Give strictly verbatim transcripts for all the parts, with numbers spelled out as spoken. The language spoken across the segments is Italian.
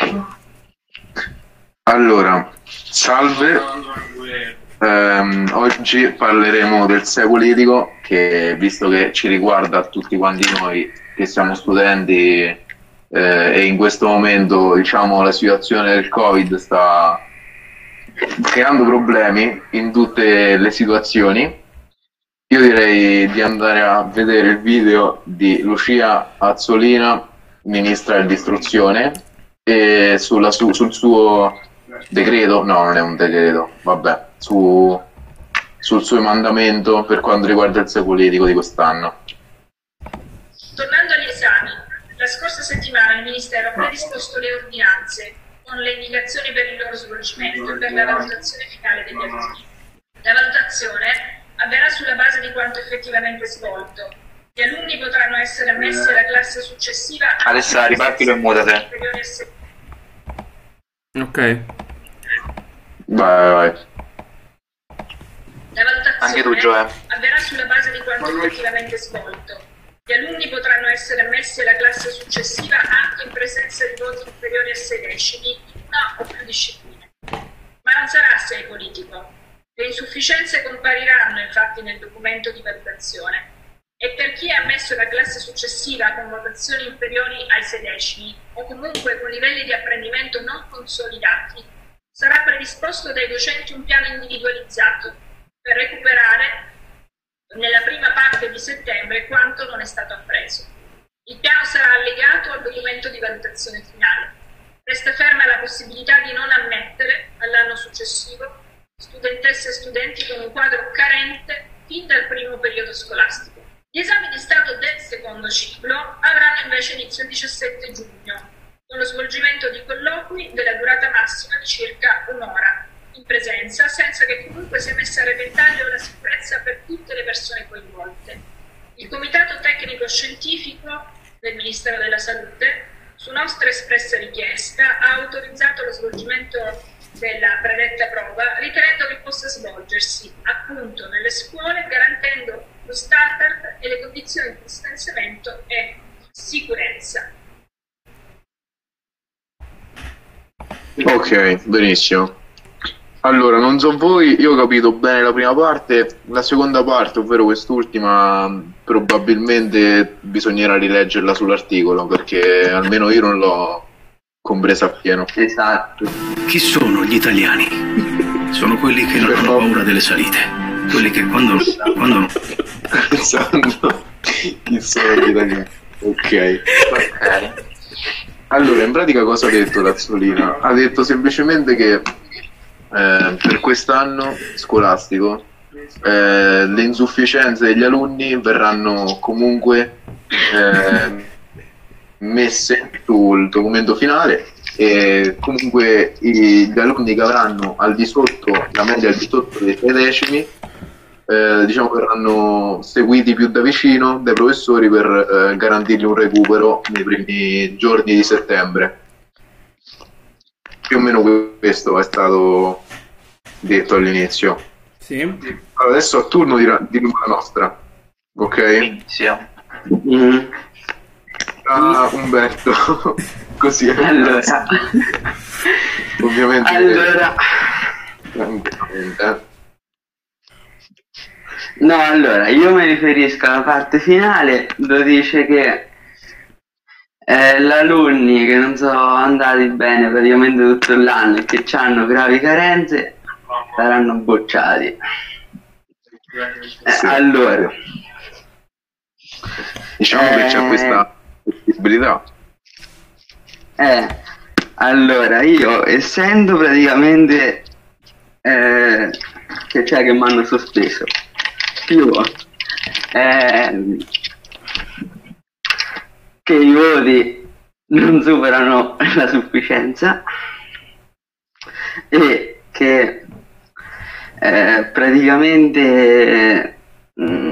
Allora, salve. Ehm, oggi parleremo del sé politico che, visto che ci riguarda a tutti quanti noi che siamo studenti eh, e in questo momento, diciamo, la situazione del Covid sta creando problemi in tutte le situazioni. Io direi di andare a vedere il video di Lucia Azzolina, ministra dell'istruzione, e sulla su- sul suo decreto, no, non è un decreto, vabbè, su- sul suo emendamento per quanto riguarda il sé politico di quest'anno. Tornando agli esami, la scorsa settimana il Ministero ha predisposto le ordinanze con le indicazioni per il loro svolgimento e per la valutazione finale degli alunni. La valutazione avverrà sulla base di quanto effettivamente svolto. Gli alunni potranno essere ammessi alla classe successiva. Alessa, ripartilo e mutate. Ok. Vai, vai. La valutazione Anche tu, Gioè. avverrà sulla base di quanto effettivamente svolto. Gli alunni potranno essere ammessi alla classe successiva anche in presenza di voti inferiori a sei decimi in una o più discipline. Ma non sarà sei politico. Le insufficienze compariranno infatti nel documento di valutazione e per chi è ammesso alla classe successiva con votazioni inferiori ai sei decimi o comunque con livelli di apprendimento non consolidati, sarà predisposto dai docenti un piano individualizzato per recuperare nella prima parte di settembre quanto non è stato appreso. Il piano sarà allegato al documento di valutazione finale. Resta ferma la possibilità di non ammettere all'anno successivo studentesse e studenti con un quadro carente fin dal primo periodo scolastico. Gli esami di Stato del secondo ciclo avranno invece inizio il diciassette giugno, con lo svolgimento di colloqui della durata massima di circa un'ora, in presenza, senza che comunque sia messa a repentaglio la sicurezza per tutte le persone coinvolte. Il Comitato Tecnico Scientifico del Ministero della Salute, su nostra espressa richiesta, ha autorizzato lo svolgimento della predetta prova, ritenendo che possa svolgersi appunto nelle scuole, garantendo lo standard e le condizioni di distanziamento e sicurezza. Ok, benissimo. Allora, non so voi, io ho capito bene la prima parte, la seconda parte, ovvero quest'ultima, probabilmente bisognerà rileggerla sull'articolo, perché almeno io non l'ho compresa appieno. Esatto. Chi sono gli italiani? Sono quelli che non hanno paura delle salite, quelli che quando... quando... Esatto. Chi sono gli italiani? Ok. Ok. Allora, in pratica cosa ha detto Lazzolina? Ha detto semplicemente che eh, per quest'anno scolastico eh, le insufficienze degli alunni verranno comunque eh, messe sul documento finale e comunque i, gli alunni che avranno al di sotto, la media al di sotto dei sei decimi, eh, diciamo verranno seguiti più da vicino dai professori per eh, garantirgli un recupero nei primi giorni di settembre. Più o meno questo è stato detto all'inizio. Sì. Allora, adesso a turno dirà diremo la nostra, ok? Inizio. Mm. Ah, Umberto, così è. Allora, Ovviamente allora, tranquillamente. no, allora, io mi riferisco alla parte finale dove dice che eh, gli alunni che non sono andati bene praticamente tutto l'anno e che hanno gravi carenze saranno bocciati. Eh, Sì. allora, Diciamo che c'è Eh. questa possibilità. eh, allora, io essendo praticamente eh, che c'è che mi hanno sospeso, più eh, che i voti non superano la sufficienza e che eh, praticamente mh,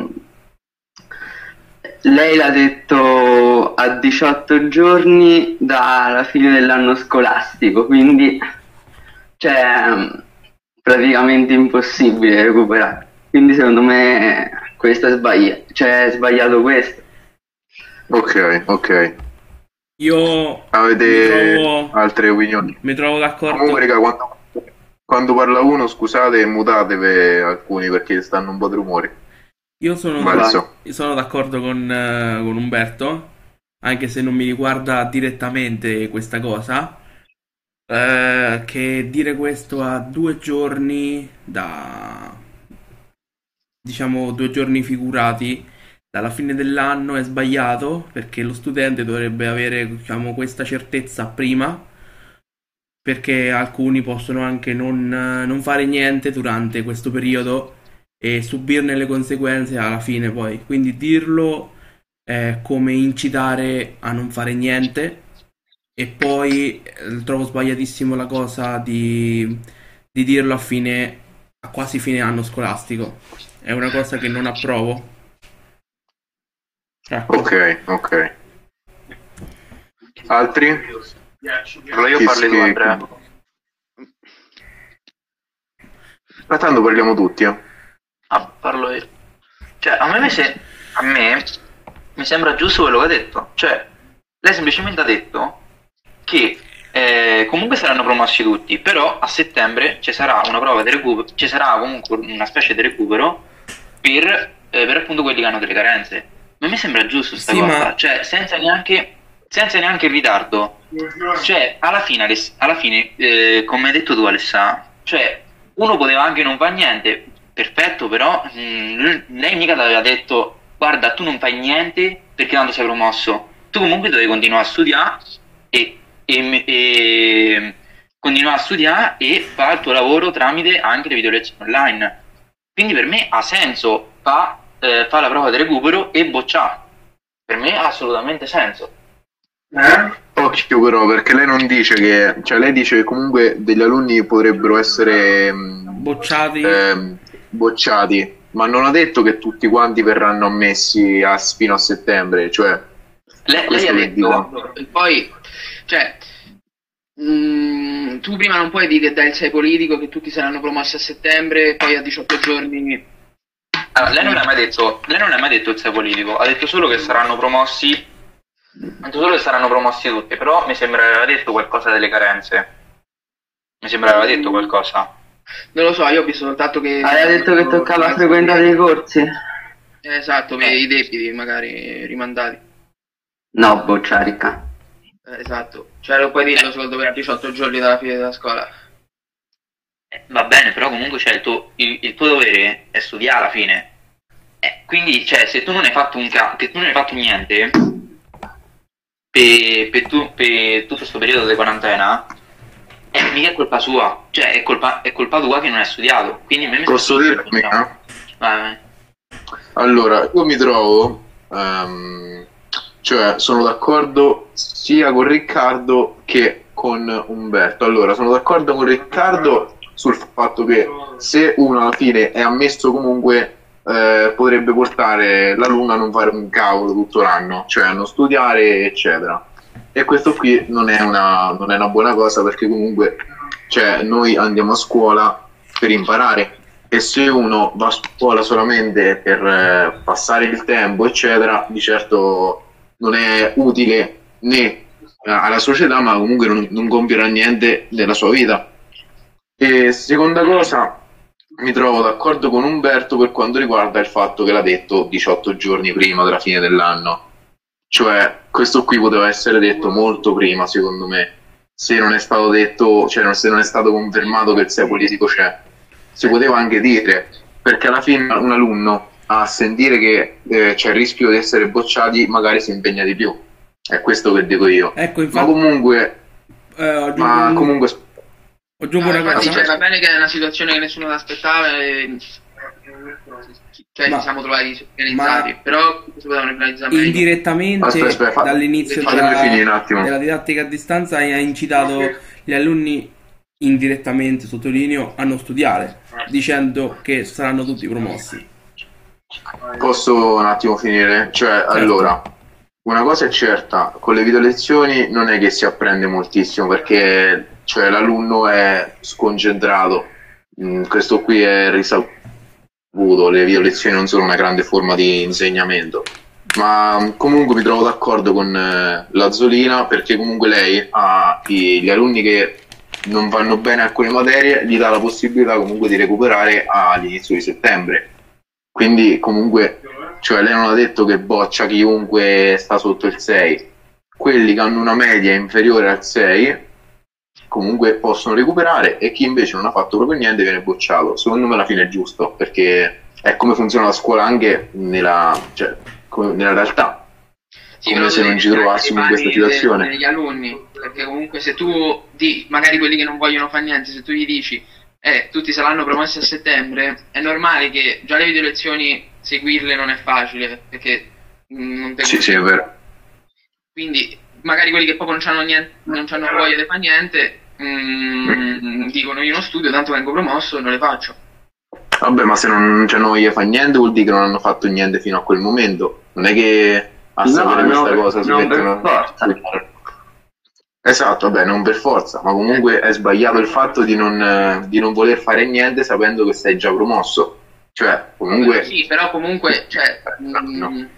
lei l'ha detto a diciotto giorni dalla fine dell'anno scolastico, quindi cioè praticamente impossibile recuperare. Quindi secondo me questo è sbagliato, cioè è sbagliato questo. Ok, ok. Io Avete mi trovo, altre opinioni? mi trovo d'accordo. Comunque, raga, quando, quando parla uno, scusate, mutatevi alcuni perché stanno un po' di rumori. Io sono, Vai, d'ac- so. io sono d'accordo con, eh, con Umberto, anche se non mi riguarda direttamente questa cosa, eh, che dire questo a due giorni da, diciamo, due giorni figurati dalla fine dell'anno è sbagliato, perché lo studente dovrebbe avere, diciamo, questa certezza prima, perché alcuni possono anche non, non fare niente durante questo periodo e subirne le conseguenze alla fine poi. Quindi dirlo è come incitare a non fare niente e poi eh, trovo sbagliatissimo la cosa di, di dirlo a fine, a quasi fine anno scolastico. È una cosa che non approvo. Ecco. Ok, ok. Altri? Allora io Chi parli tu, si- Andrea. Ma tanto parliamo tutti, eh. Ah, parlo io. Cioè, a me, mi se- a me mi sembra giusto quello che ha detto. Cioè, lei semplicemente ha detto che eh, comunque saranno promossi tutti, però a settembre ci sarà una prova di recupero, ci sarà comunque una specie di recupero per, eh, per appunto quelli che hanno delle carenze. Ma mi sembra giusto sta Sì, cosa, ma- cioè senza neanche, senza neanche il ritardo. Cioè, alla fine, Aless- alla fine eh, come hai detto tu, Alessà, cioè, uno poteva anche non fare niente, perfetto, però mh, lei mica ti aveva detto, guarda, tu non fai niente perché tanto sei promosso. Tu comunque dovevi continuare a studiare e, e, e continuare a studiare e fare il tuo lavoro tramite anche le video lezioni online. Quindi per me ha senso fa, eh, fa la prova di recupero e bocciare. Per me ha assolutamente senso. Occhio però, perché lei non dice che, cioè lei dice che comunque degli alunni potrebbero essere mh, Bocciati. ehm, bocciati, ma non ha detto che tutti quanti verranno ammessi a, fino a settembre, cioè Lei, lei questo ha che dico. detto, e poi, cioè, mm, tu prima non puoi dire che dai il sei politico, che tutti saranno promossi a settembre, e poi a diciotto giorni... Allora, lei non ha mai detto, lei non ha mai detto il sei politico, ha detto solo che saranno promossi, ha detto solo che saranno promossi tutti, però mi sembra che aveva detto qualcosa delle carenze. Mi sembra che aveva detto qualcosa. Non lo so, io ho visto soltanto che... Aveva detto che toccava frequentare i corsi? Eh, Esatto, per i debiti magari rimandati. No, bocciarica. Eh, esatto, cioè non puoi dirlo solo dopo diciotto giorni dalla fine della scuola. Eh, va bene, però comunque cioè, il, tuo, il, il tuo dovere è studiare alla fine. Eh, quindi, cioè, se tu non hai fatto un ca- che tu non hai fatto niente per, per, tu, per tutto questo periodo di quarantena, eh, mica è colpa sua, cioè è colpa, è colpa tua che non hai studiato. Quindi a me mi Posso sembra- dirmi, no? Vai, vai. Allora, io mi trovo, ehm, cioè sono d'accordo sia con Riccardo che con Umberto. Allora, sono d'accordo con Riccardo sul fatto che se uno alla fine è ammesso comunque eh, potrebbe portare l'alunno a non fare un cavolo tutto l'anno, cioè a non studiare, eccetera. E questo qui non è una, non è una buona cosa perché comunque cioè, noi andiamo a scuola per imparare. E se uno va a scuola solamente per eh, passare il tempo, eccetera, di certo non è utile né eh, alla società, ma comunque non, non compierà niente della sua vita. E seconda cosa, mi trovo d'accordo con Umberto per quanto riguarda il fatto che l'ha detto diciotto giorni prima della fine dell'anno. Cioè, questo qui poteva essere detto molto prima, secondo me. Se non è stato detto, cioè se non è stato confermato che il sei politico c'è. Si poteva anche dire, perché alla fine un alunno a sentire che eh, c'è il rischio di essere bocciati magari si impegna di più. È questo che dico io. Ecco, Ma infatti, comunque, eh, aggiungo, ma un- comunque aggiungo No, una infatti, cosa. cioè, va bene che è una situazione che nessuno aspettava e... Cioè, Ma- ci siamo trovati organizzati, ma- però si potevano organizzare meglio. Indirettamente, Aspetta, aspetta, fa- dall'inizio fatemi della, finire un attimo. della didattica a distanza, ha incitato gli alunni indirettamente, sottolineo, a non studiare, dicendo che saranno tutti promossi. Posso un attimo finire? Cioè, allora, una cosa è certa, con le video lezioni non è che si apprende moltissimo perché cioè, l'alunno è sconcentrato. Mm, questo qui è risaputo, le video lezioni non sono una grande forma di insegnamento. Ma comunque mi trovo d'accordo con eh, la Zolina, perché comunque lei ha i- gli alunni che non vanno bene a alcune materie, gli dà la possibilità comunque di recuperare all'inizio di settembre. Quindi comunque, cioè lei non ha detto che boccia chiunque sta sotto il sei. Quelli che hanno una media inferiore al sei comunque possono recuperare, e chi invece non ha fatto proprio niente viene bocciato. Secondo me alla fine è giusto, perché è come funziona la scuola anche nella, cioè, come- nella realtà. Sì, Come però se tu non devi ci mettere anche trovassimo nei in questa panni de- situazione. degli alunni, perché comunque se tu di magari quelli che non vogliono fare niente, se tu gli dici eh, tutti saranno promossi a settembre, è normale che già le video lezioni seguirle non è facile, perché mm, non te Sì, sì, è vero. quindi magari quelli che proprio non c'hanno niente, non c'hanno voglia di fare niente, mm, dicono io non studio, tanto vengo promosso, non le faccio. Vabbè, ma se non c'è voglia di fare niente vuol dire che non hanno fatto niente fino a quel momento. Non è che a No, sapere no, questa per- cosa si non per mettono forza. Esatto, vabbè, non per forza, ma comunque è sbagliato il fatto di non, eh, di non voler fare niente sapendo che sei già promosso. Cioè, comunque... Sì, però comunque, cioè, No. mm,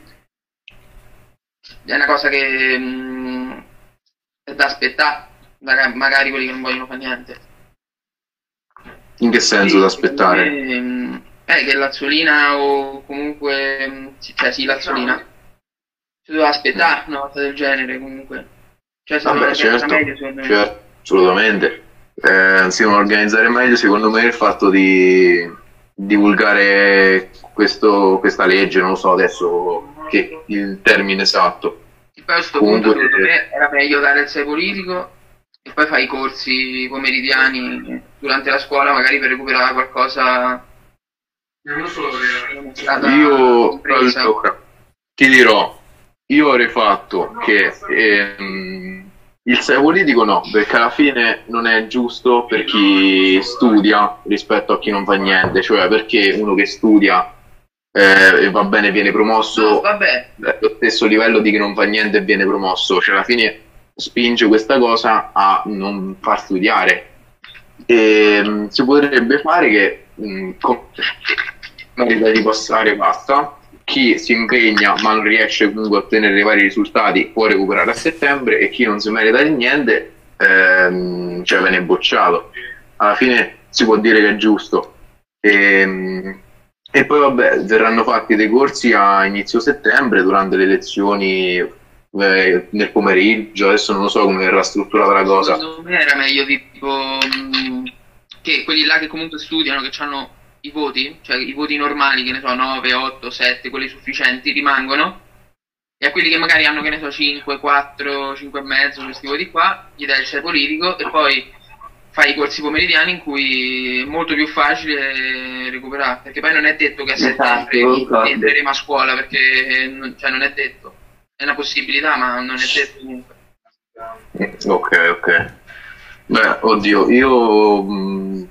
è una cosa che mm, è da aspettare, da- magari quelli che non vogliono fare niente. In che senso Sì, da secondo aspettare? me, mm, eh, che Lazzolina o comunque, mm, sì, cioè sì, Lazzolina, si doveva aspettare una cosa del genere comunque. Cioè, se non Vabbè, organizza certo, meglio, secondo me. certo, assolutamente. Eh, si devono organizzare meglio, secondo me, il fatto di divulgare questo, questa legge, non lo so adesso che il termine esatto. E poi a questo Comunque- punto, secondo me, era meglio dare il sei politico e poi fai i corsi pomeridiani durante la scuola, magari per recuperare qualcosa. Stata Io impresa. allora ti dirò, io avrei fatto che ehm, il sei politico no, perché alla fine non è giusto per chi studia rispetto a chi non fa niente, cioè perché uno che studia eh, e va bene viene No, promosso vabbè, allo stesso livello di chi non fa niente e viene promosso, cioè alla fine spinge questa cosa a non far studiare. E, mh, si potrebbe fare che mh, con- merita di passare basta, chi si impegna ma non riesce comunque a ottenere i vari risultati può recuperare a settembre, e chi non si merita di niente ehm, cioè viene bocciato. Alla fine si può dire che è giusto. E, mh, e poi vabbè, verranno fatti dei corsi a inizio settembre durante le lezioni eh, nel pomeriggio. Adesso non lo so come verrà strutturata la cosa. secondo me era meglio tipo mm, che quelli là che comunque studiano, che hanno i voti, cioè i voti normali, che ne so, nove, otto, sette, quelli sufficienti, rimangono. E a quelli che magari hanno, che ne so, cinque, quattro, cinque e mezzo, questi voti qua, gli dai il sei politico e poi fai i corsi pomeridiani in cui è molto più facile recuperare, perché poi non è detto che a Esatto, settembre concordo. entreremo a scuola, perché non, cioè, non è detto, è una possibilità, ma non è detto comunque. Ok, ok. Beh, oddio, io mh,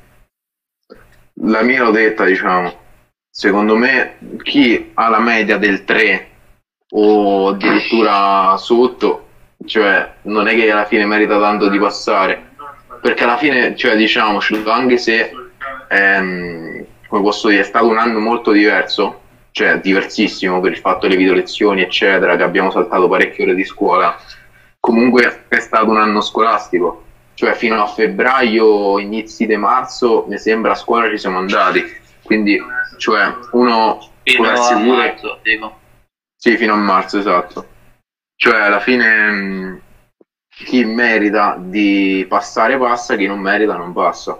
la mia l'ho detta, diciamo. Secondo me chi ha la media del tre o addirittura sotto, cioè non è che alla fine merita tanto di passare, perché alla fine, cioè diciamocelo, anche se ehm, come posso dire, è stato un anno molto diverso, cioè diversissimo per il fatto delle video lezioni eccetera, che abbiamo saltato parecchie ore di scuola, comunque è stato un anno scolastico, cioè fino a febbraio, inizi di marzo, mi sembra a scuola ci siamo andati, quindi cioè uno può Fino darsi a pure... marzo, dico. Sì, fino a marzo, esatto. Cioè, alla fine mh, chi merita di passare passa, chi non merita non passa.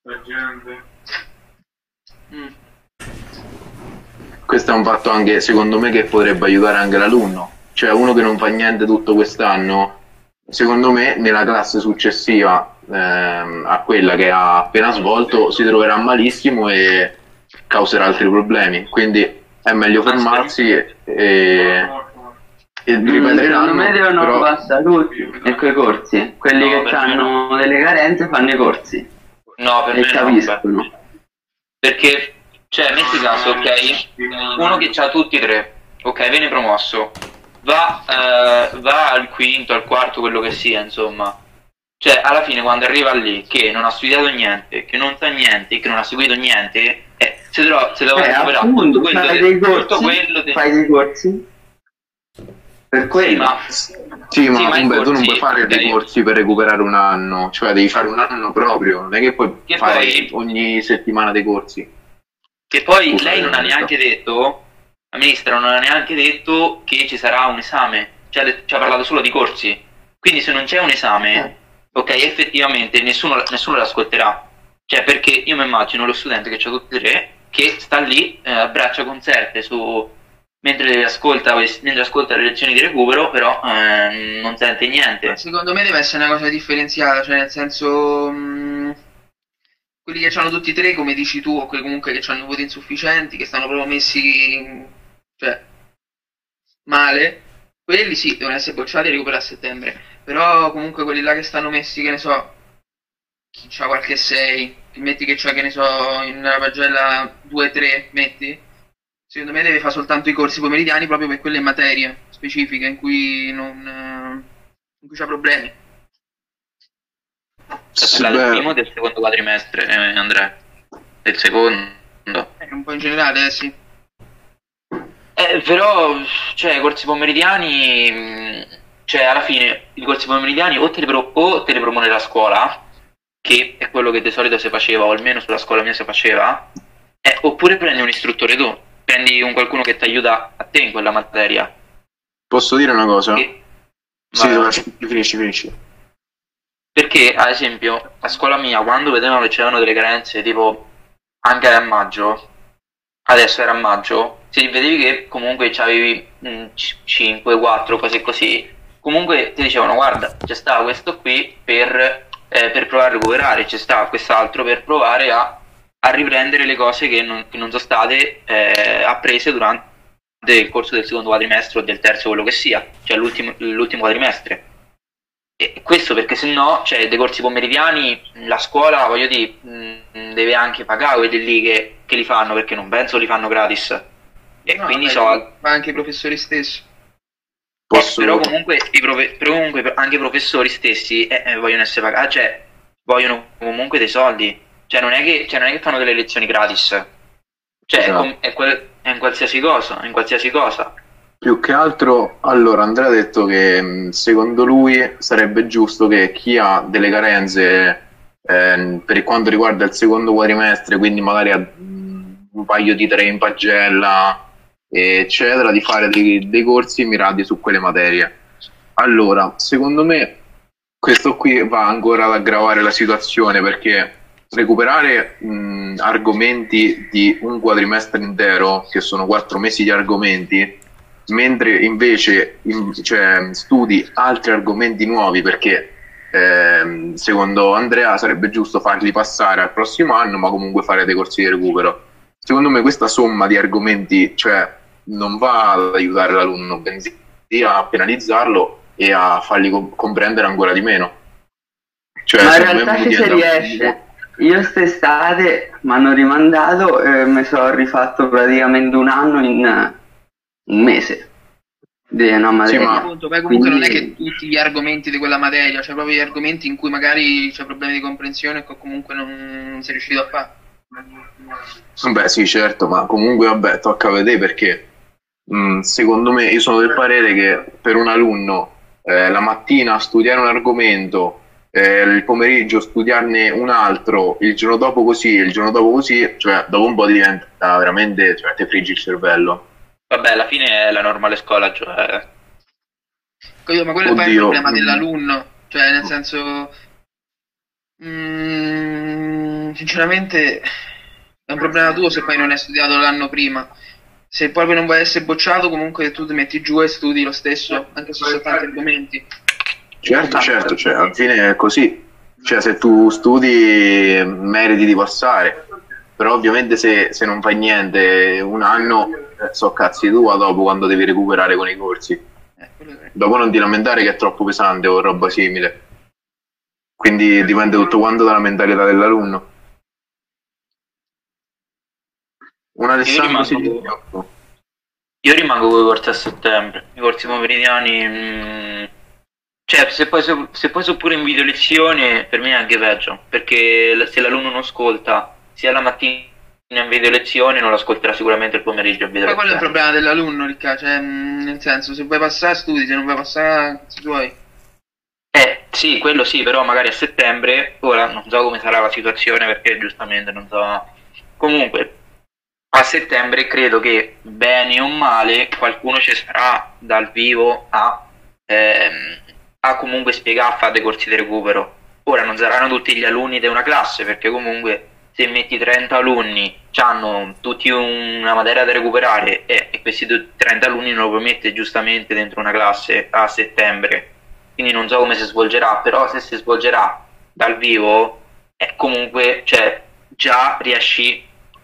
Mm. Questo è un fatto anche, secondo me, che potrebbe aiutare anche l'alunno. Cioè, uno che non fa niente tutto quest'anno, secondo me, nella classe successiva ehm, a quella che ha appena svolto, si troverà malissimo e causerà altri problemi. Quindi è meglio fermarsi e, e, e Mm, ripetere secondo l'anno, me devono però... passare tutti e quei corsi. Quelli No, che per me hanno delle carenze fanno i corsi No, per e me no, capiscono. perché, cioè, metti caso, ok, uno che ha tutti e tre, ok, viene promosso, va, eh, va al quinto, al quarto, quello che sia, insomma. Cioè, alla fine, quando arriva lì, che non ha studiato niente, che non sa niente, che non ha seguito niente, eh, si trova, si trova Eh, a recuperare appunto, tutto quello, fai de- dei tutto corsi, quello de- fai dei corsi Per quello. Sì, ma, Sì, ma, sì, ma i Umbe, tu non corsi, puoi fare dei ok. corsi per recuperare un anno, cioè devi fare un anno proprio, non è che puoi Che fare poi- ogni settimana dei corsi. Che poi Scusa, lei non ha non so. neanche detto, la ministra non ha neanche detto che ci sarà un esame, cioè ha det- ci ha parlato solo di corsi. Quindi se non c'è un esame, ok, effettivamente nessuno, nessuno l'ascolterà. Cioè, perché io mi immagino lo studente che c'ha tutti e tre, che sta lì eh, a braccia conserte su, mentre ascolta, mentre ascolta le lezioni di recupero, però eh, non sente niente. Secondo me deve essere una cosa differenziata, cioè nel senso mh, quelli che hanno tutti e tre, come dici tu, o quelli comunque che hanno voti insufficienti, che stanno proprio messi mh, cioè male, quelli sì, devono essere bocciati e recuperati a settembre. Però comunque quelli là che stanno messi, che ne so, chi c'ha qualche sei, metti che c'ha, che ne so, in una pagella due tre, metti, secondo me deve fare soltanto i corsi pomeridiani proprio per quelle materie specifiche in cui non eh, in cui c'ha problemi. Sta Sì, parlando del beh, primo o del secondo quadrimestre, eh, Andrea? Del secondo? Eh, un po' in generale, eh sì. Eh, però, cioè, i corsi pomeridiani, mh, cioè, alla fine, i corsi pomeridiani o te li, pro- o te li propone la scuola, che è quello che di solito si faceva, o almeno sulla scuola mia si faceva, eh, oppure prendi un istruttore tu, prendi un qualcuno che ti aiuta a te in quella materia. posso dire una cosa? Che- Sì, Vai, vai. vai, finisci, finisci. Perché, ad esempio, a scuola mia, quando vedevano che c'erano delle carenze, tipo anche a maggio, adesso era a maggio, se vedevi che comunque c'avevi cinque, quattro, cose così, comunque ti dicevano guarda, c'è sta questo qui per, eh, per provare a recuperare, c'è sta quest'altro per provare a, a riprendere le cose che non, che non sono state eh, apprese durante il corso del secondo quadrimestre o del terzo, quello che sia, cioè l'ultimo, l'ultimo quadrimestre. E questo perché se no, cioè, dei corsi pomeridiani, la scuola, voglio dire, mh, deve anche pagare quelli lì che, che li fanno, perché non penso li fanno gratis. E No, quindi vabbè, so, ma anche i professori stessi. Posso... però comunque, i profe- però comunque anche i professori stessi eh, eh, vogliono essere pagati, cioè vogliono comunque dei soldi, cioè non è che, cioè, non è che fanno delle lezioni gratis, cioè è, Esatto. com- è quel- è in qualsiasi cosa, in qualsiasi cosa. Più che altro, allora, Andrea ha detto che mh, secondo lui sarebbe giusto che chi ha delle carenze ehm, per quanto riguarda il secondo quadrimestre, quindi magari ha mh, un paio di tre in pagella, eccetera, di fare dei, dei corsi mirati su quelle materie. Allora, secondo me questo qui va ancora ad aggravare la situazione perché recuperare mh, argomenti di un quadrimestre intero, che sono quattro mesi di argomenti, mentre invece in, cioè, studi altri argomenti nuovi perché ehm, secondo Andrea sarebbe giusto farli passare al prossimo anno ma comunque fare dei corsi di recupero. Secondo me questa somma di argomenti cioè, non va ad aiutare l'alunno, bensì a penalizzarlo e a fargli com- comprendere ancora di meno. Cioè, Ma in secondo me realtà ci Moody si andava- riesce. Io st'estate mi hanno rimandato e mi sono rifatto praticamente un anno in un mese di una materia. ma- Appunto, poi comunque non è Quindi- che tutti gli argomenti di quella materia, cioè proprio gli argomenti in cui magari c'è problemi di comprensione e che comunque non, non sei riuscito a fare. Beh, sì, certo, ma comunque, vabbè, tocca vedere perché mh, secondo me, io sono del parere che per un alunno eh, la mattina studiare un argomento, eh, il pomeriggio studiarne un altro, il giorno dopo così, il giorno dopo così, cioè dopo un po' diventa veramente, cioè ti friggi il cervello. Vabbè, alla fine è la normale scuola, cioè... Capito? Ma quello è poi il Oddio. problema Mm. dell'alunno, cioè nel senso, mm, sinceramente è un problema tuo se poi non hai studiato l'anno prima. Se proprio non vuoi essere bocciato, comunque tu ti metti giù e studi lo stesso, anche se sono tanti argomenti. Certo, certo, cioè, alla fine è così. Cioè, se tu studi meriti di passare, però ovviamente se, se non fai niente un anno, eh, so cazzi tua dopo quando devi recuperare con i corsi. Eh, quello sì. Dopo non ti lamentare che è troppo pesante o roba simile. Quindi dipende tutto quanto dalla mentalità dell'alunno. Un Alessandro rimango- Sigliotto. Io rimango con i corsi a settembre, i corsi pomeridiani, mh, cioè se poi, so- se poi sono pure in video lezione per me è anche peggio, perché l- se l'alunno non ascolta sia la mattina in video lezione, non lo ascolterà sicuramente il pomeriggio in video Poi quello è il lezione. problema dell'alunno, Ricca, cioè, mh, nel senso, se vuoi passare studi, se non vuoi passare, cazzo tuoi. Eh, sì, quello sì, però magari a settembre, ora non so come sarà la situazione perché giustamente non so. Comunque, a settembre credo che bene o male qualcuno ci sarà dal vivo a, ehm, a comunque spiegare, a fare dei corsi di recupero. Ora non saranno tutti gli alunni di una classe perché comunque se metti trenta alunni hanno tutti una materia da recuperare e, e questi trenta alunni non lo puoi mettere giustamente dentro una classe a settembre. Quindi non so come si svolgerà, però se si svolgerà dal vivo, eh, comunque, cioè, già riesci,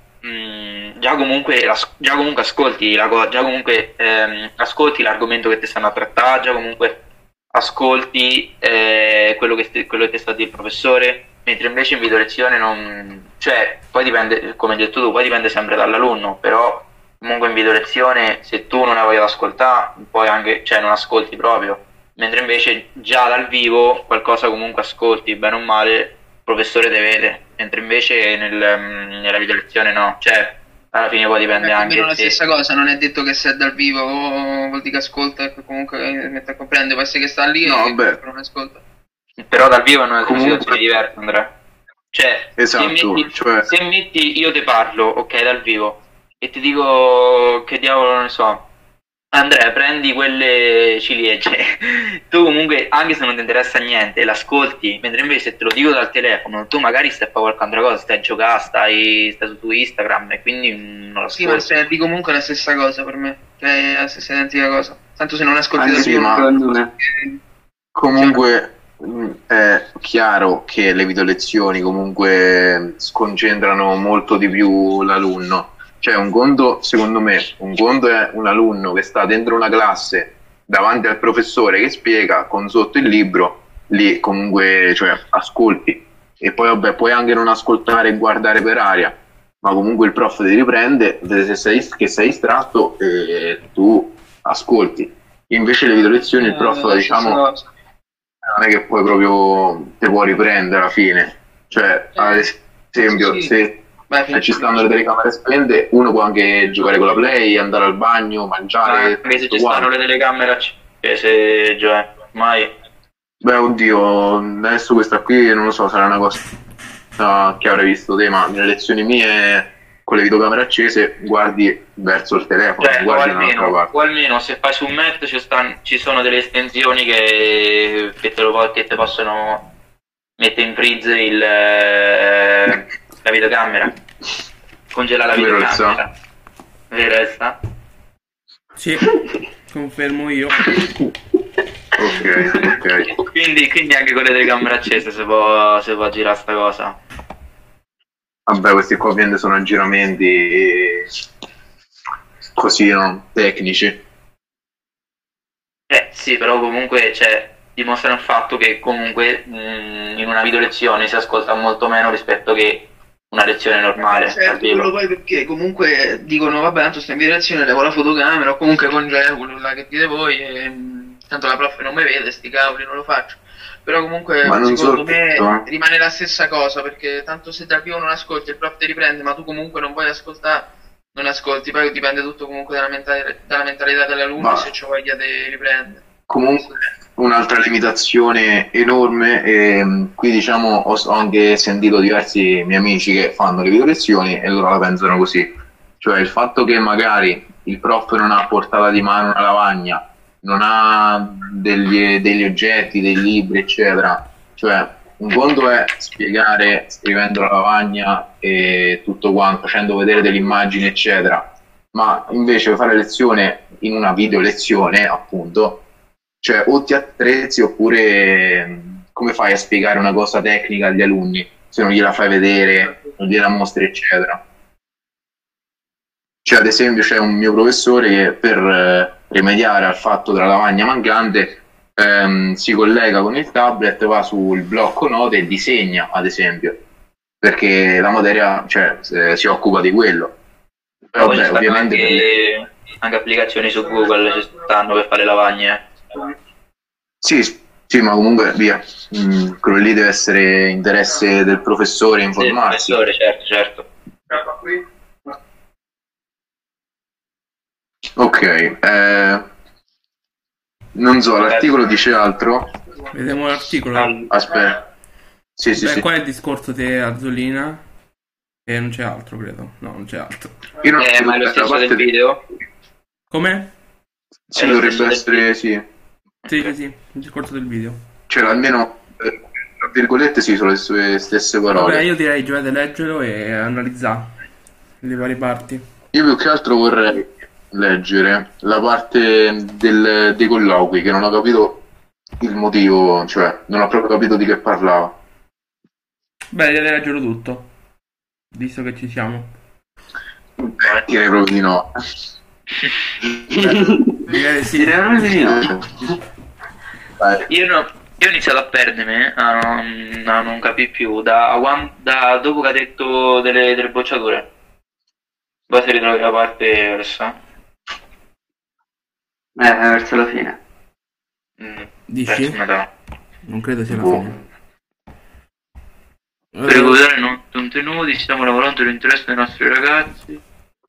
mh, già, comunque, già comunque ascolti la cosa, già comunque ehm, ascolti l'argomento che ti stanno a trattare, già comunque ascolti eh, quello che te, quello che ti sta a dire il professore, mentre invece in video lezione non, cioè, poi dipende, come hai detto tu, poi dipende sempre dall'alunno, però comunque in video lezione se tu non hai voglia di ascoltare, poi anche, cioè, non ascolti proprio. Mentre invece già dal vivo qualcosa comunque ascolti, bene o male, il professore te vede, mentre invece nel, nella video lezione no, cioè alla fine poi dipende È anche la se... stessa cosa, non è detto che se è dal vivo o vuol dire che ascolta e che comunque mette a comprendere, può essere che sta lì No, e beh. non ascolta. Però dal vivo è una Comunque- situazione diversa, Andrea. Cioè, Esatto, se, metti, cioè- se metti io te parlo, ok, dal vivo, e ti dico che diavolo ne so, Andrea, prendi quelle ciliegie. Tu comunque, anche se non ti interessa niente, l'ascolti, mentre invece se te lo dico dal telefono, tu magari stai a fare qualche altra cosa, stai a giocare, stai, stai su Instagram e quindi mm, non lo Sì, ma ascolti. se, di comunque è la stessa cosa per me, cioè è la stessa identica cosa. Tanto se non ascolti Anche da sì, vivo, ma- secondo me. Comunque mh, è chiaro che le video lezioni comunque sconcentrano molto di più l'alunno. Cioè un conto, secondo me, un conto è un alunno che sta dentro una classe davanti al professore che spiega con sotto il libro, lì comunque, cioè, ascolti. E poi vabbè, puoi anche non ascoltare e guardare per aria, ma comunque il prof ti riprende, vede se sei, che sei distratto e tu ascolti. Invece le video lezioni il prof, eh, diciamo, stessa cosa. non è che poi proprio te può riprendere alla fine. Cioè, ad esempio, sì. se, Vai, se finisci. ci stanno le telecamere spente, uno può anche giocare con la play, andare al bagno, mangiare. Anche se tutto ci stanno quanto. le telecamere accese, cioè, mai. Beh, oddio, adesso questa qui non lo so, sarà una cosa che avrei visto te, ma nelle lezioni mie con le videocamere accese guardi verso il telefono, Cioè, o guardi in un'altra almeno, parte. o almeno se fai su Mac ci, stan- ci sono delle estensioni che, che te lo che te possono mettere in freeze il, eh, la videocamera, congelare la Vero, videocamera. Vero, Elsa? Sì, confermo io. Ok, ok. Quindi, quindi anche con le telecamere accese si può, si può girare sta cosa. Vabbè, questi qua ovviamente sono aggiramenti così, no? Tecnici. Eh sì, però comunque cioè, dimostrano il fatto che comunque mh, in una video lezione si ascolta molto meno rispetto che una lezione normale. dal Certo, vivo. quello poi perché comunque dicono vabbè tanto sto in video lezione, levo la fotocamera o comunque congelo quello là che dite voi e mh, tanto la prof non mi vede, sti cavoli, non lo faccio. Però comunque Ma non secondo solo me questo, eh. rimane la stessa cosa perché tanto se dal vivo non ascolti il prof ti riprende ma tu comunque non vuoi ascoltare, non ascolti, poi dipende tutto comunque dalla, mentalità, dalla mentalità dell'alunno Ma- se c'è voglia di riprendere. Comunque un'altra limitazione enorme, e qui diciamo ho, ho anche sentito diversi miei amici che fanno le video lezioni e loro la pensano così, cioè il fatto che magari il prof non ha a portata di mano una lavagna, non ha degli, degli oggetti, dei libri eccetera, cioè un conto è spiegare scrivendo la lavagna e tutto quanto, facendo vedere delle immagini eccetera, ma invece fare lezione in una video lezione appunto, cioè o ti attrezzi oppure mh, come fai a spiegare una cosa tecnica agli alunni se non gliela fai vedere, non gliela mostri eccetera. Cioè ad esempio c'è un mio professore che per eh, rimediare al fatto della lavagna mancante ehm, si collega con il tablet, va sul blocco note e disegna ad esempio, perché la materia, cioè, eh, si occupa di quello. Però poi ci Vabbè, stanno ovviamente per le- anche, anche applicazioni su Google ci stanno per fare le lavagne. Sì, sì, ma comunque via. Mm, quello lì deve essere interesse del professore Sì, informarsi. professore, certo, certo. Ok, eh, non so, l'articolo dice altro. Vediamo l'articolo. Al- Aspetta. Sì, sì, Beh, sì. qua è il discorso di Azzolina. E non c'è altro, credo. No, non c'è altro. Io non Eh, ma è lo la stesso parte del video? Come? Sì, È lo dovrebbe stesso del essere, video? sì. Sì, Ok. sì, sì, il discorso del video. Cioè, almeno, eh, tra virgolette, sì, sono le sue stesse Vabbè, parole. io direi giocate a leggerlo e analizzare le varie parti. Io più che altro vorrei leggere la parte del- dei colloqui, che non ho capito il motivo, cioè, non ho proprio capito di che parlava. Beh, devi leggerlo tutto, visto che ci siamo. Eh, direi proprio di no. Direi sì. Direi proprio di no. Dai. Io, no- io ho iniziato a perdermi, a non, a non capire più, da, quan- da dopo che ha detto delle, delle bocciature. Poi si ritrovi la parte adesso. Eh, verso la fine. Mm, Dici? verso metà. Non credo sia la Boh. fine. Per Eh, recuperare i non contenuti stiamo lavorando all'interesse dei nostri ragazzi.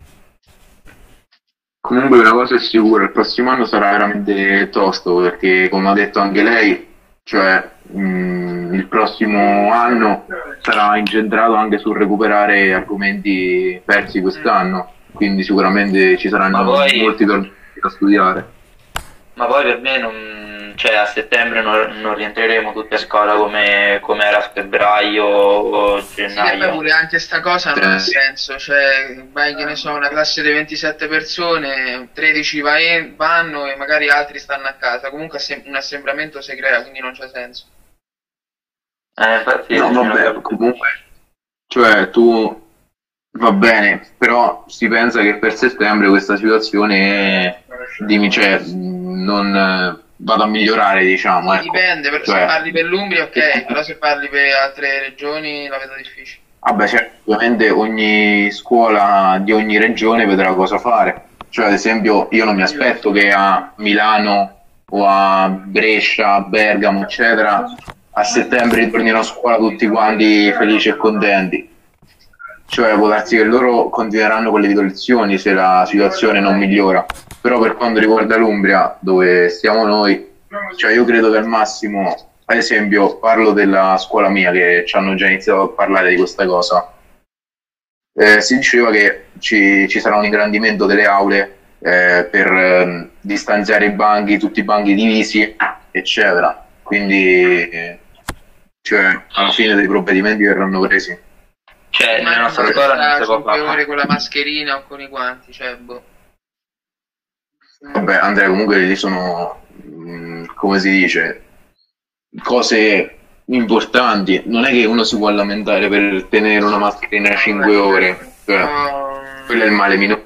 Comunque una cosa è sicura, il prossimo anno sarà veramente tosto perché come ha detto anche lei, cioè mh, il prossimo anno sarà incentrato anche sul recuperare argomenti persi quest'anno, quindi sicuramente ci saranno Ma poi- molti tornei da studiare. Ma poi per me non, cioè a settembre non, non rientreremo tutti a scuola come, come era a febbraio o Sì, e poi gennaio. pure anche sta cosa non ha Eh. senso, cioè vai che ne so, una classe di ventisette persone, tredici va in- vanno e magari altri stanno a casa, comunque assem- un assembramento si crea, quindi non c'ha senso. Eh, infatti, No, non vabbè, capisco. comunque, cioè tu va bene, però si pensa che per settembre questa situazione dimmi, cioè, mh, non eh, vada a migliorare, diciamo, ecco. Dipende, per- Cioè- se parli per l'Umbria ok, però se parli per altre regioni la vedo difficile. Vabbè, certo, ovviamente ogni scuola di ogni regione vedrà cosa fare. Cioè, ad esempio, io non mi aspetto che a Milano o a Brescia, a Bergamo, eccetera, a settembre ritornino a scuola tutti quanti felici e contenti. Cioè, può darsi che loro continueranno con le video lezioni se la situazione non migliora. Però per quanto riguarda l'Umbria, dove stiamo noi, cioè io credo che al massimo, ad esempio, parlo della scuola mia che ci hanno già iniziato a parlare di questa cosa. Eh, si diceva che ci, ci sarà un ingrandimento delle aule eh, per ehm, distanziare i banchi, tutti i banchi divisi, eccetera. Quindi, eh, cioè, alla fine dei provvedimenti verranno presi. Cioè, Ma nella non nostra sta scuola non si può cinque ore fare. con la mascherina o con i guanti, cioè boh. Vabbè, Andrea, comunque lì sono, mh, come si dice, cose importanti. Non è che uno si può lamentare per tenere una mascherina cinque ore. Cioè, No, quello è il male minore.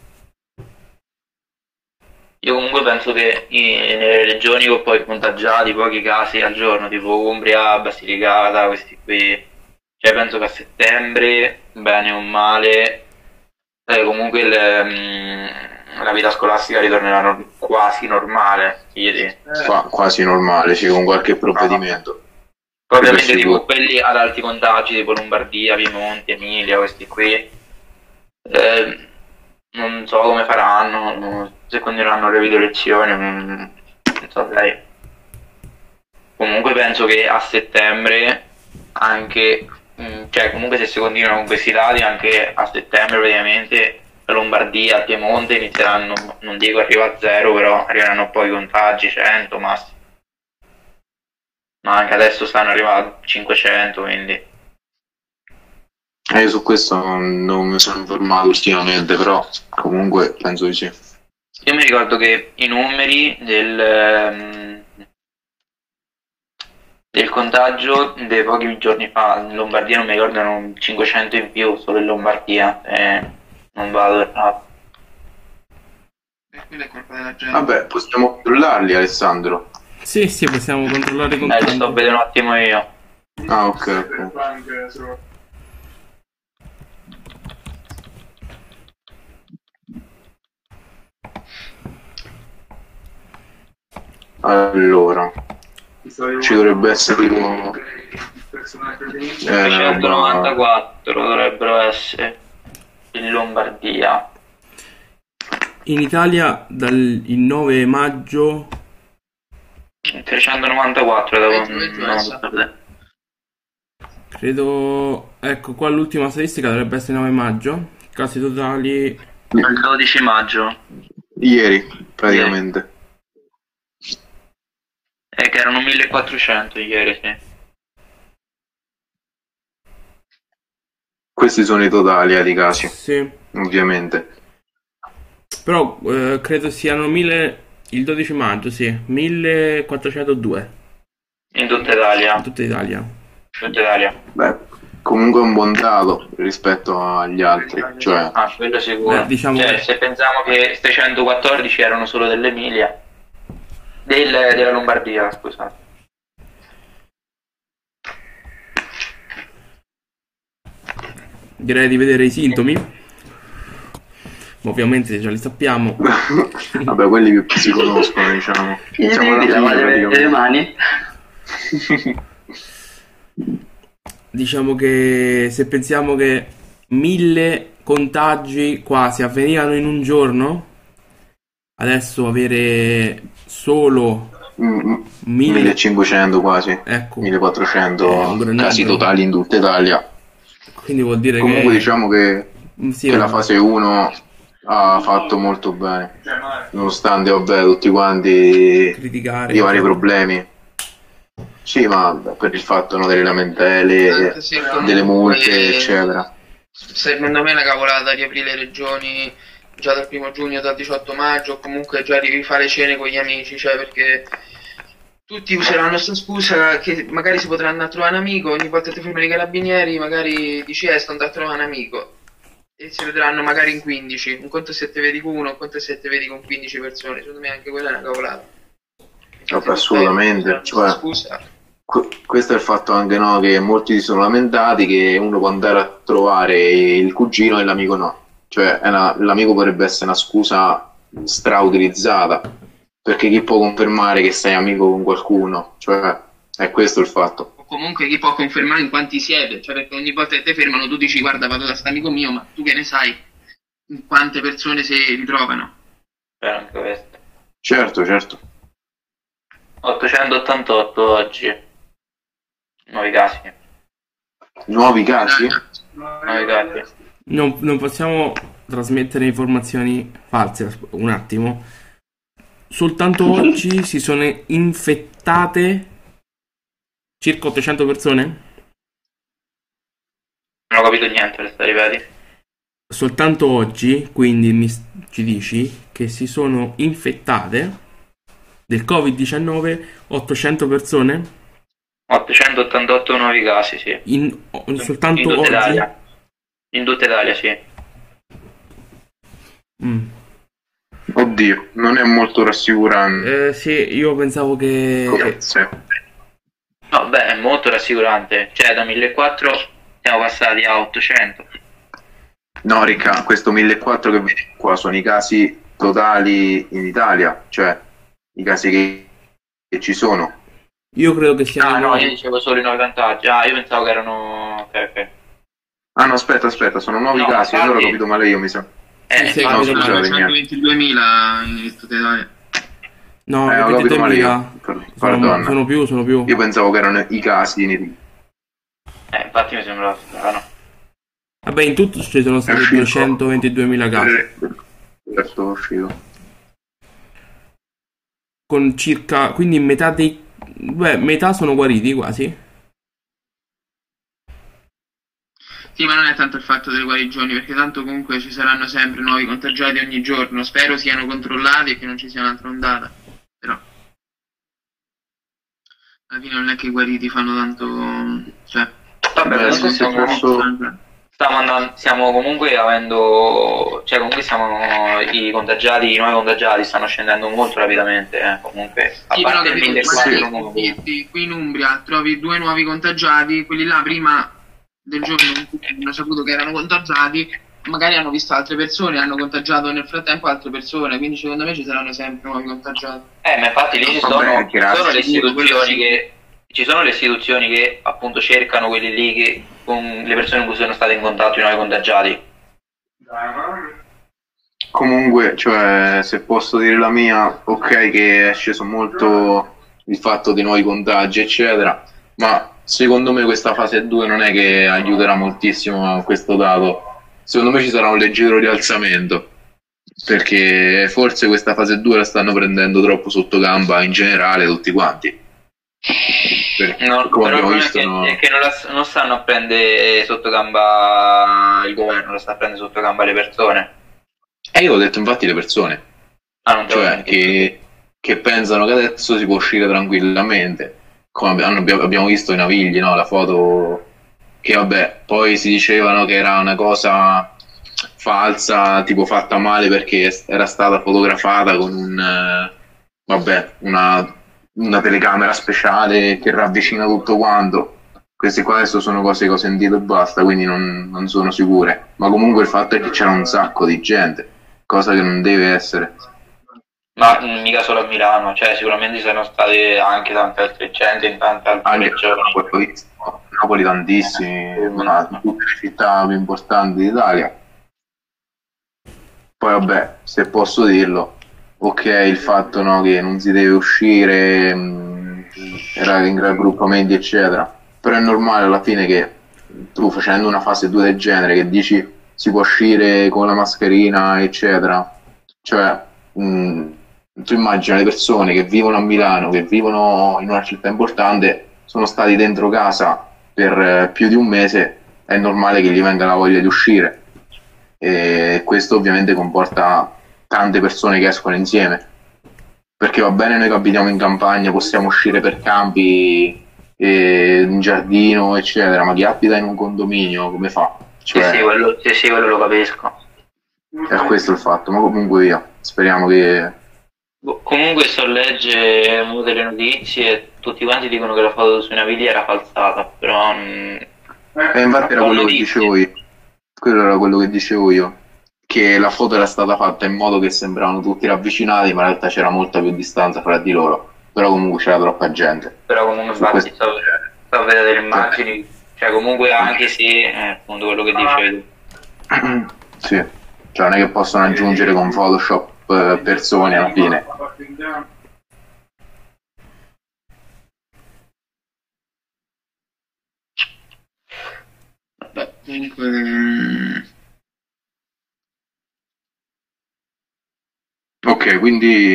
Io comunque penso che i- nelle regioni con poi contagiati, pochi casi al giorno, tipo Umbria, Basilicata, questi qui, cioè penso che a settembre, bene o male, eh, comunque il, mm, la vita scolastica ritornerà no- quasi normale, ieri. Qua- quasi normale, sì, con qualche provvedimento. Poi ovviamente Questo tipo sicuro. quelli ad alti contagi, tipo Lombardia, Piemonte, Emilia, questi qui, eh, non so come faranno, non- se continueranno le video lezioni, non, non saprei. Comunque penso che a settembre anche, mm, cioè comunque se si continuano con questi dati, anche a settembre praticamente la Lombardia, il Piemonte inizieranno, non dico arriva a zero, però arriveranno poi i contagi, cento massimo. Ma anche adesso stanno arrivando a cinquecento, quindi Eh, io su questo non, non mi sono informato ultimamente, però comunque penso di sì. io mi ricordo che i numeri del, ehm, del contagio dei pochi giorni fa in Lombardia, non mi ricordo, erano cinquecento in più solo in Lombardia, e non vado errato. e quella è colpa della gente. Vabbè, possiamo controllarli, Alessandro. Sì, sì, possiamo controllare i Eh, lo contanti. sto vedendo un attimo io. Ah, ok, ok. Allora, ci dovrebbe essere tipo... Eh, una roba... trecentonovantaquattro dovrebbero essere in Lombardia. In Italia dal il nove maggio trecentonovantaquattro da venti, venti, no, credo, ecco qua l'ultima statistica dovrebbe essere il nove maggio, casi totali il dodici maggio, Ieri, praticamente. eh, che erano millequattrocento ieri, sì. Questi sono i totali eh, di casi, sì, ovviamente. però eh, credo siano mille il dodici maggio, sì, millequattrocentodue In tutta Italia, in tutta Italia. in tutta Italia. Beh, comunque è un buon dato rispetto agli altri. Cioè, Ah, quello sicuro. Beh, diciamo Cioè, che- se pensiamo che seicentquattordici erano solo dell'Emilia, del- della Lombardia, scusate. Direi di vedere i sintomi, ma ovviamente già li sappiamo. vabbè, quelli più si conoscono, diciamo. Siamo alla Finiti, lavate fine, le praticamente. mani. Diciamo che se pensiamo che mille contagi quasi avvenivano in un giorno, adesso avere solo Mm, mille, millecinquecento quasi, ecco, è millequattrocento un grenaggio. casi totali in tutta Italia. Quindi vuol dire Comunque che diciamo che, Mm, sì, che la ma- fase uno ha fatto molto bene, nonostante vabbè, tutti quanti criticare i vari problemi. Sì, ma per il fatto no, delle lamentele, Anche se comunque- delle multe, eccetera. Secondo me è una cavolata riaprire le regioni già dal primo giugno, dal diciotto maggio, o comunque già rifare cene con gli amici, cioè perché tutti useranno questa scusa che magari si potranno andare a trovare un amico, ogni volta che ti fermano i carabinieri magari dici eh sto andando a trovare un amico e si vedranno magari in quindici, un conto se te vedi con uno, un conto se te vedi con quindici persone, secondo me anche quella è una cavolata. Vabbè, assolutamente, Questa cioè- scusa. Que- Questo è il fatto anche no, che molti si sono lamentati che uno può andare a trovare il cugino e l'amico no. Cioè è una- l'amico potrebbe essere una scusa strautilizzata, perché chi può confermare che sei amico con qualcuno? Cioè è questo il fatto. O comunque chi può confermare in quanti siete, cioè perché ogni volta che ti fermano tu dici guarda vado da st'amico mio, ma tu che ne sai in quante persone si ritrovano? C'era anche questo. Certo, certo. ottocentottantotto oggi. Nuovi casi. Nuovi casi? Nuovi casi. non, non possiamo trasmettere informazioni false. asp- Un attimo. Soltanto oggi si sono infettate circa ottocento persone. Non ho capito niente, resta ripeti. Soltanto oggi, quindi mi, s- ci dici che si sono infettate del covid diciannove ottocento persone ottocentottantotto nuovi casi, sì. in, o- In soltanto tutta oggi. Italia. In tutta Italia, sì. Mm. Oddio, non è molto rassicurante. Eh, sì, io pensavo che Sì. No, beh, è molto rassicurante. Cioè, da millequattrocento siamo passati a ottocento. No, Ricca, questo millequattrocento che vedi qua sono i casi totali in Italia, cioè i casi che, che ci sono. io credo che siano Ah, no, io dicevo solo i nuovi contagi. Ah, io pensavo che erano... Ok, ok. Ah no, aspetta, aspetta, sono nuovi No, casi, allora ho infatti- capito male io, mi sa. Eh, Sì, sì, infatti, no, capito scusate, male. centoventiduemila in tutta Italia. no, Eh, ho capito male io, ventitremila. per- sono, perdona. sono più, sono più. Io pensavo che erano i casi in Italia. eh, infatti mi sembrava strano. Vabbè, in tutto ci sono stati uscito. duecentoventiduemila casi, Certo, è uscito. con circa, quindi metà dei, beh, metà sono guariti quasi. Sì, ma non è tanto il fatto delle guarigioni, perché tanto comunque ci saranno sempre nuovi contagiati ogni giorno. Spero siano controllati e che non ci sia un'altra ondata. Però alla fine non è che i guariti fanno tanto... cioè... Vabbè, Beh, comunque se stiamo, posso- stiamo andando, stiamo comunque avendo, cioè comunque siamo, i contagiati, i nuovi contagiati stanno scendendo molto rapidamente, eh, comunque, a Sì, però parte il capito, millequattrocento magari nuovi. qui- qui in Umbria trovi due nuovi contagiati, quelli là prima del giorno in cui hanno saputo che erano contagiati, magari hanno visto altre persone, hanno contagiato nel frattempo altre persone, quindi secondo me ci saranno sempre nuovi contagiati. Eh, ma infatti lì ci Vabbè, sono, ci grazie. sono le Sicuro, quello istituzioni sì. che ci sono le istituzioni che appunto cercano quelli lì che con le persone con cui sono state in contatto i nuovi contagiati. Comunque, cioè, se posso dire la mia, ok che è sceso molto il fatto dei nuovi contagi, eccetera, ma secondo me questa fase due non è che aiuterà moltissimo a questo dato. Secondo me ci sarà un leggero rialzamento, perché forse questa fase due la stanno prendendo troppo sotto gamba in generale tutti quanti. Perché, No, come però il abbiamo problema visto, è che, no- è che non, la, non stanno a prendere sotto gamba il governo, lo sta a prendere sotto gamba le persone. E io ho detto infatti le persone, Ah, non te lo cioè dico. che, che pensano che adesso si può uscire tranquillamente, come abbi- hanno- abbiamo visto i Navigli, no? La foto che vabbè, poi si dicevano che era una cosa falsa, tipo fatta male perché era stata fotografata con un, eh, vabbè, una, una telecamera speciale che ravvicina tutto quanto. Queste qua adesso sono cose che ho sentito e basta, quindi non, non sono sicure. Ma comunque il fatto è che c'era un sacco di gente, cosa che non deve essere. Ma mm, mica solo a Milano, cioè sicuramente ci sono state anche tante altre gente in tante altre Anche a regioni. Napoli, ho visto, a Napoli tantissimi, ma in tutte le città più importanti d'Italia. Poi vabbè, se posso dirlo, ok il fatto, no, che non si deve uscire, mh, era in raggruppamenti eccetera, però è normale alla fine che tu facendo una fase due del genere che dici si può uscire con la mascherina eccetera, cioè mh, tu immagina le persone che vivono a Milano, che vivono in una città importante, sono stati dentro casa per eh, più di un mese, è normale che gli venga la voglia di uscire. E questo ovviamente comporta tante persone che escono insieme, perché va bene noi che abitiamo in campagna, possiamo uscire per campi, eh, in giardino eccetera, ma chi abita in un condominio come fa? Sì, Cioè, sì, quello, sì, sì, quello lo capisco. è questo il fatto, ma comunque via, speriamo che... Boh, comunque sto a leggere una delle notizie e tutti quanti dicono che la foto sui Navigli era falsata, però... mm, E infatti era Buone quello che notizie. dicevo io, quello era quello che dicevo io, che la foto era stata fatta in modo che sembravano tutti ravvicinati, ma in realtà c'era molta più distanza fra di loro, però comunque c'era troppa gente. però comunque Su infatti questo- sto, sto a vedere delle immagini, cioè comunque anche se, eh, appunto quello che dicevi tu. Sì, cioè non è che possono aggiungere con Photoshop eh, persone alla fine. Vabbè, comunque... mm, Ok, quindi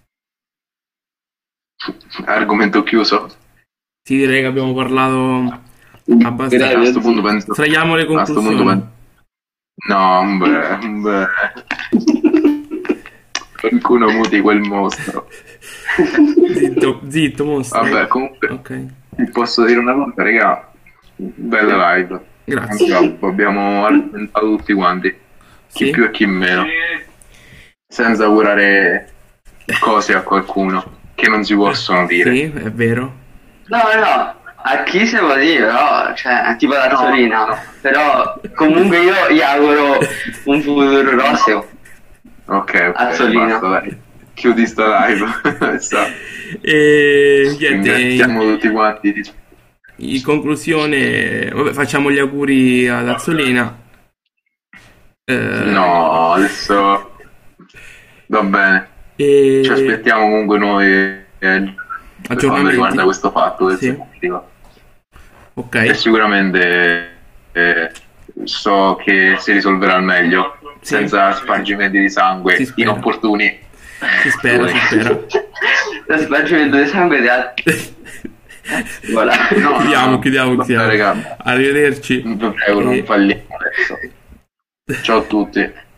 argomento chiuso. Sì, direi che abbiamo parlato abbastanza. A questo punto penso... Traiamo le a questo punto conclusioni. penso... No, beh, beh. Qualcuno muti quel mostro. Zitto, zitto, mostro. Vabbè, comunque Ok, vi posso dire una cosa, raga. Bella live. grazie. Troppo, abbiamo argomentato tutti quanti, chi Sì. più e chi meno, senza augurare cose a qualcuno che non si possono dire. Sì, è vero. No, no, a chi se può dire, però, cioè, tipo la Solina, no. però comunque io gli auguro un futuro roseo. Ok, ok, Azzolina. basta, dai. Chiudi sta live. Sta- E niente, Ringraziamo tutti quanti. di- in conclusione, vabbè, facciamo gli auguri ad Azzolina. Eh, No, adesso va bene. e Ci aspettiamo comunque noi eh, per quanto aggiornamenti. riguarda questo fatto del Sì. secondo. E Ok, sicuramente eh, so che si risolverà al meglio, Sì. senza spargimenti di sangue Si spera. inopportuni. si spera, si spera. Lo spargimento di sangue di altri. Voilà. No, Chiudiamo, no, chiudiamo, vabbè, chiudiamo. raga, Arrivederci. prego, non E- falliamo adesso. Ciao a tutti.